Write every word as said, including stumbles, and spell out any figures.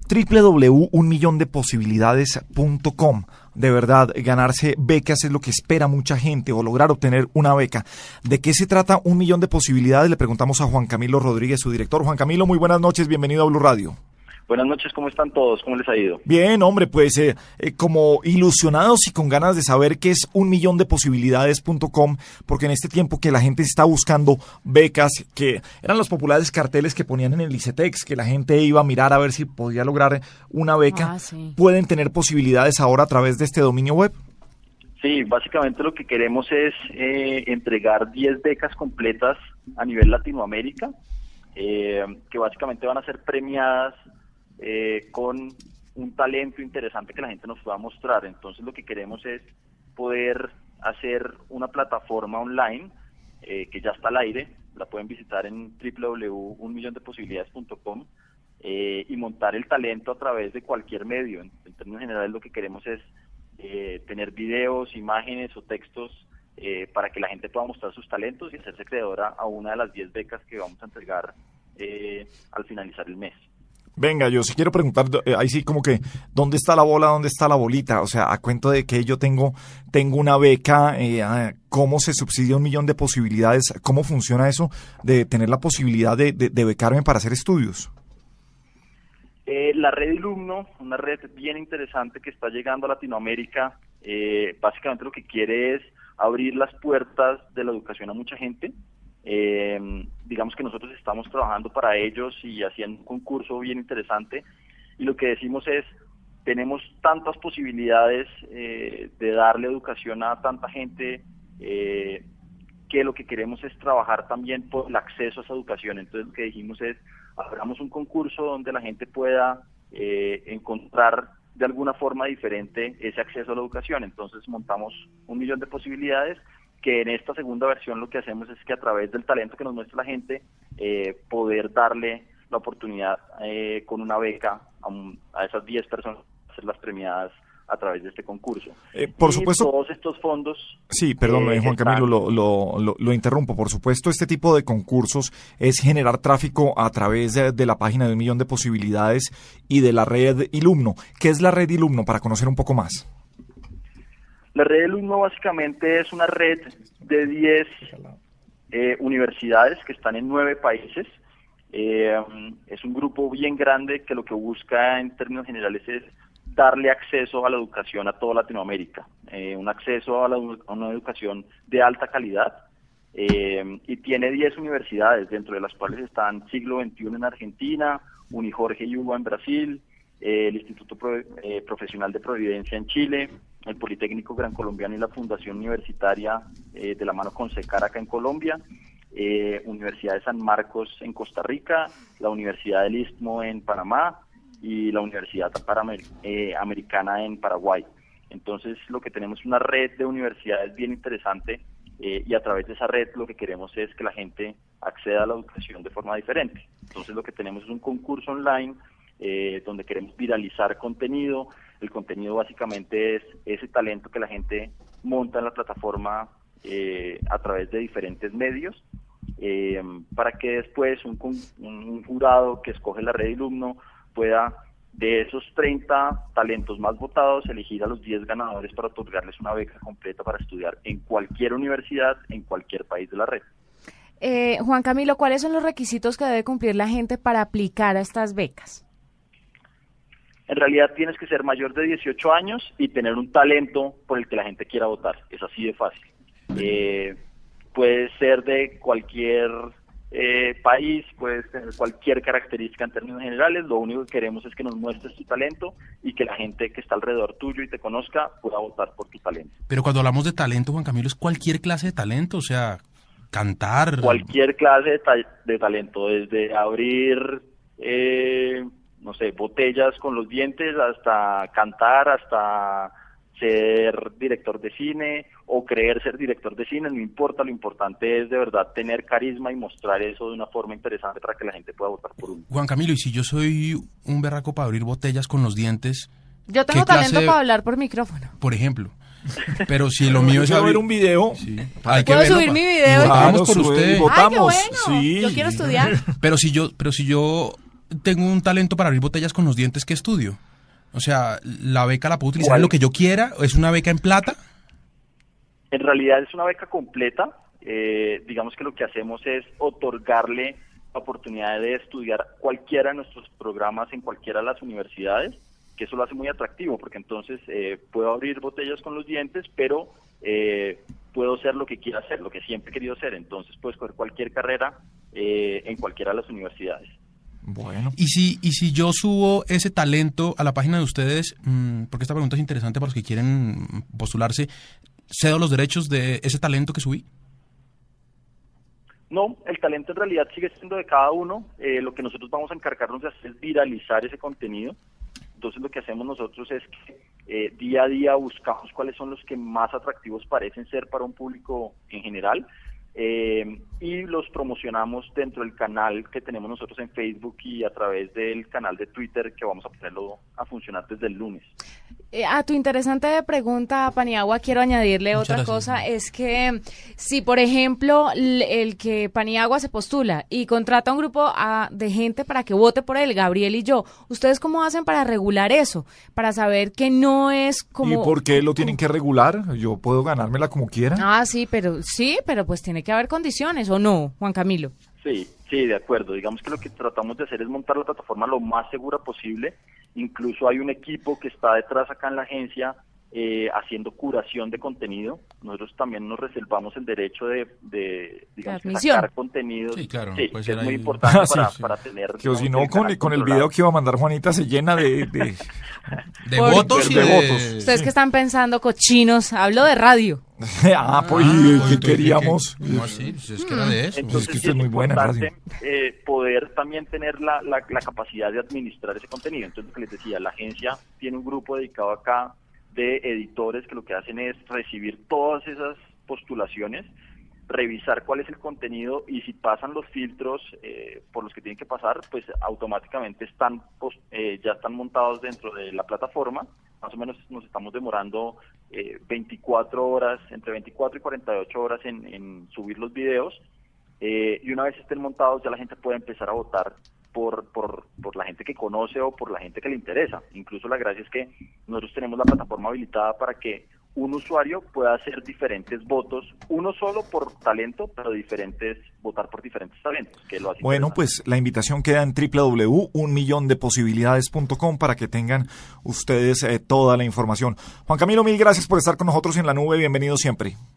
doble u doble u doble u punto un millón de posibilidades punto com. De verdad, ganarse becas es lo que espera mucha gente, o lograr obtener una beca. ¿De qué se trata Un Millón de Posibilidades? Le preguntamos a Juan Camilo Rodríguez, su director. Juan Camilo, muy buenas noches, bienvenido a Blue Radio. Buenas noches, ¿cómo están todos? ¿Cómo les ha ido? Bien, hombre, pues eh, eh, como ilusionados y con ganas de saber qué es un millón de posibilidades punto com, porque en este tiempo que la gente está buscando becas, que eran los populares carteles que ponían en el ICETEX, que la gente iba a mirar a ver si podía lograr una beca, ah, sí. ¿Pueden tener posibilidades ahora a través de este dominio web? Sí, básicamente lo que queremos es eh, entregar diez becas completas a nivel Latinoamérica, eh, que básicamente van a ser premiadas Eh, con un talento interesante que la gente nos pueda mostrar. Entonces lo que queremos es poder hacer una plataforma online eh, que ya está al aire, la pueden visitar en doble u doble u doble u punto un millón de posibilidades punto com eh, y montar el talento a través de cualquier medio. En, en términos generales lo que queremos es eh, tener videos, imágenes o textos eh, para que la gente pueda mostrar sus talentos y hacerse acreedora a una de las diez becas que vamos a entregar eh, al finalizar el mes. Venga, yo sí quiero preguntar, eh, ahí sí como que, ¿dónde está la bola, dónde está la bolita? O sea, a cuento de que yo tengo tengo una beca, eh, ¿cómo se subsidia un millón de posibilidades? ¿Cómo funciona eso de tener la posibilidad de, de, de becarme para hacer estudios? Eh, la red Ilumno, una red bien interesante que está llegando a Latinoamérica, eh, básicamente lo que quiere es abrir las puertas de la educación a mucha gente. Eh, digamos que nosotros estamos trabajando para ellos y haciendo un concurso bien interesante, y lo que decimos es, tenemos tantas posibilidades eh, de darle educación a tanta gente, eh, que lo que queremos es trabajar también por el acceso a esa educación. Entonces lo que dijimos es, abramos un concurso donde la gente pueda eh, encontrar de alguna forma diferente ese acceso a la educación. Entonces montamos un millón de posibilidades, que en esta segunda versión lo que hacemos es que a través del talento que nos muestra la gente, eh, poder darle la oportunidad eh, con una beca a, un, a esas diez personas, hacerlas premiadas a través de este concurso. Eh, por y supuesto. Todos estos fondos... Sí, perdón, eh, Juan están... Camilo, lo, lo, lo, lo interrumpo. Por supuesto, este tipo de concursos es generar tráfico a través de, de la página de Un Millón de Posibilidades y de la red Ilumno. ¿Qué es la red Ilumno, para conocer un poco más? La red Ilumno básicamente es una red de diez eh, universidades que están en nueve países. Eh, es un grupo bien grande que lo que busca en términos generales es darle acceso a la educación a toda Latinoamérica, eh, un acceso a, la, a una educación de alta calidad, eh, y tiene diez universidades, dentro de las cuales están Siglo veintiuno en Argentina, Unijorge y U B A en Brasil, eh, el Instituto Pro, eh, Profesional de Providencia en Chile, el Politécnico Gran Colombiano y la Fundación Universitaria eh, de la mano con SECAR acá en Colombia, eh, Universidad de San Marcos en Costa Rica, la Universidad del Istmo en Panamá y la Universidad Panamericana en Paraguay. Entonces lo que tenemos es una red de universidades bien interesante, eh, y a través de esa red lo que queremos es que la gente acceda a la educación de forma diferente. Entonces lo que tenemos es un concurso online eh, donde queremos viralizar contenido. El contenido básicamente es ese talento que la gente monta en la plataforma eh, a través de diferentes medios, eh, para que después un, un jurado que escoge la red Ilumno pueda, de esos treinta talentos más votados, elegir a los diez ganadores para otorgarles una beca completa para estudiar en cualquier universidad, en cualquier país de la red. Eh, Juan Camilo, ¿cuáles son los requisitos que debe cumplir la gente para aplicar a estas becas? En realidad tienes que ser mayor de dieciocho años y tener un talento por el que la gente quiera votar. Es así de fácil. Eh, puede ser de cualquier eh, país, puedes tener cualquier característica en términos generales. Lo único que queremos es que nos muestres tu talento y que la gente que está alrededor tuyo y te conozca pueda votar por tu talento. Pero cuando hablamos de talento, Juan Camilo, es cualquier clase de talento, o sea, cantar... Cualquier clase de, ta de talento, desde abrir... Eh, no sé, botellas con los dientes, hasta cantar, hasta ser director de cine o creer ser director de cine, no importa, lo importante es de verdad tener carisma y mostrar eso de una forma interesante para que la gente pueda votar por uno. Juan Camilo, y si yo soy un berraco para abrir botellas con los dientes... Yo tengo talento de... para hablar por micrófono. Por ejemplo. Pero si lo mío es abrir... ver un video. Sí. Hay que ¿Puedo subir pa... mi video? Votamos por usted. Votamos. Ay, qué bueno. Sí. Yo quiero estudiar. Pero si yo, pero si yo tengo un talento para abrir botellas con los dientes, ¿qué estudio? O sea, ¿la beca la puedo utilizar ¿Cuál? en lo que yo quiera? ¿Es una beca en plata? En realidad es una beca completa. Eh, digamos que lo que hacemos es otorgarle la oportunidad de estudiar cualquiera de nuestros programas en cualquiera de las universidades, que eso lo hace muy atractivo, porque entonces eh, puedo abrir botellas con los dientes, pero eh, puedo ser lo que quiera hacer, lo que siempre he querido ser. Entonces puedo escoger cualquier carrera eh, en cualquiera de las universidades. Bueno. Y si, y si yo subo ese talento a la página de ustedes, mmm, porque esta pregunta es interesante para los que quieren postularse, ¿cedo los derechos de ese talento que subí? No, el talento en realidad sigue siendo de cada uno. Eh, lo que nosotros vamos a encargarnos de hacer es viralizar ese contenido. Entonces lo que hacemos nosotros es que eh, día a día buscamos cuáles son los que más atractivos parecen ser para un público en general. Eh, y los promocionamos dentro del canal que tenemos nosotros en Facebook y a través del canal de Twitter, que vamos a ponerlo a funcionar desde el lunes. Eh, a tu interesante pregunta, Paniagua, quiero añadirle Muchas otra gracias. cosa, es que si, por ejemplo, l- el que Paniagua se postula y contrata un grupo a- de gente para que vote por él, Gabriel y yo, ¿ustedes cómo hacen para regular eso? Para saber que no es como... ¿Y por qué lo tienen que regular? Yo puedo ganármela como quiera. Ah, sí, pero sí, pero pues tiene que haber condiciones, ¿o no, Juan Camilo? Sí, sí, de acuerdo. Digamos que lo que tratamos de hacer es montar la plataforma lo más segura posible. Incluso hay un equipo que está detrás acá en la agencia eh, haciendo curación de contenido. Nosotros también nos reservamos el derecho de, de digamos, que Transmisión. sacar contenido. Sí, claro, Sí, puede que ser es muy ahí. importante Ah, sí, para, sí. para tener... Que o si digamos, no, con, canal con el controlado. video que iba a mandar Juanita se llena de... de- De Por- votos y de de, votos. Ustedes Sí. que están pensando, cochinos, hablo de radio. ah, pues, Ah, ¿qué entonces, queríamos? ¿qué- ¿Cómo así? Pues es que era de eso. Entonces Es que sí usted es muy buena en importante eh, poder también tener la, la, la capacidad de administrar ese contenido. Entonces, lo que les decía, la agencia tiene un grupo dedicado acá de editores que lo que hacen es recibir todas esas postulaciones, revisar cuál es el contenido y si pasan los filtros eh, por los que tienen que pasar, pues automáticamente están pos- eh, ya están montados dentro de la plataforma. Más o menos nos estamos demorando eh, veinticuatro horas, entre veinticuatro y cuarenta y ocho horas en, en subir los videos, eh, y una vez estén montados ya la gente puede empezar a votar por, por, por la gente que conoce o por la gente que le interesa. Incluso la gracia es que nosotros tenemos la plataforma habilitada para que un usuario pueda hacer diferentes votos, uno solo por talento, pero diferentes, votar por diferentes talentos, que lo hace Bueno, interesante. pues la invitación queda en w w w punto un millón de posibilidades punto com para que tengan ustedes eh, toda la información. Juan Camilo, mil gracias por estar con nosotros en la nube. Bienvenido siempre.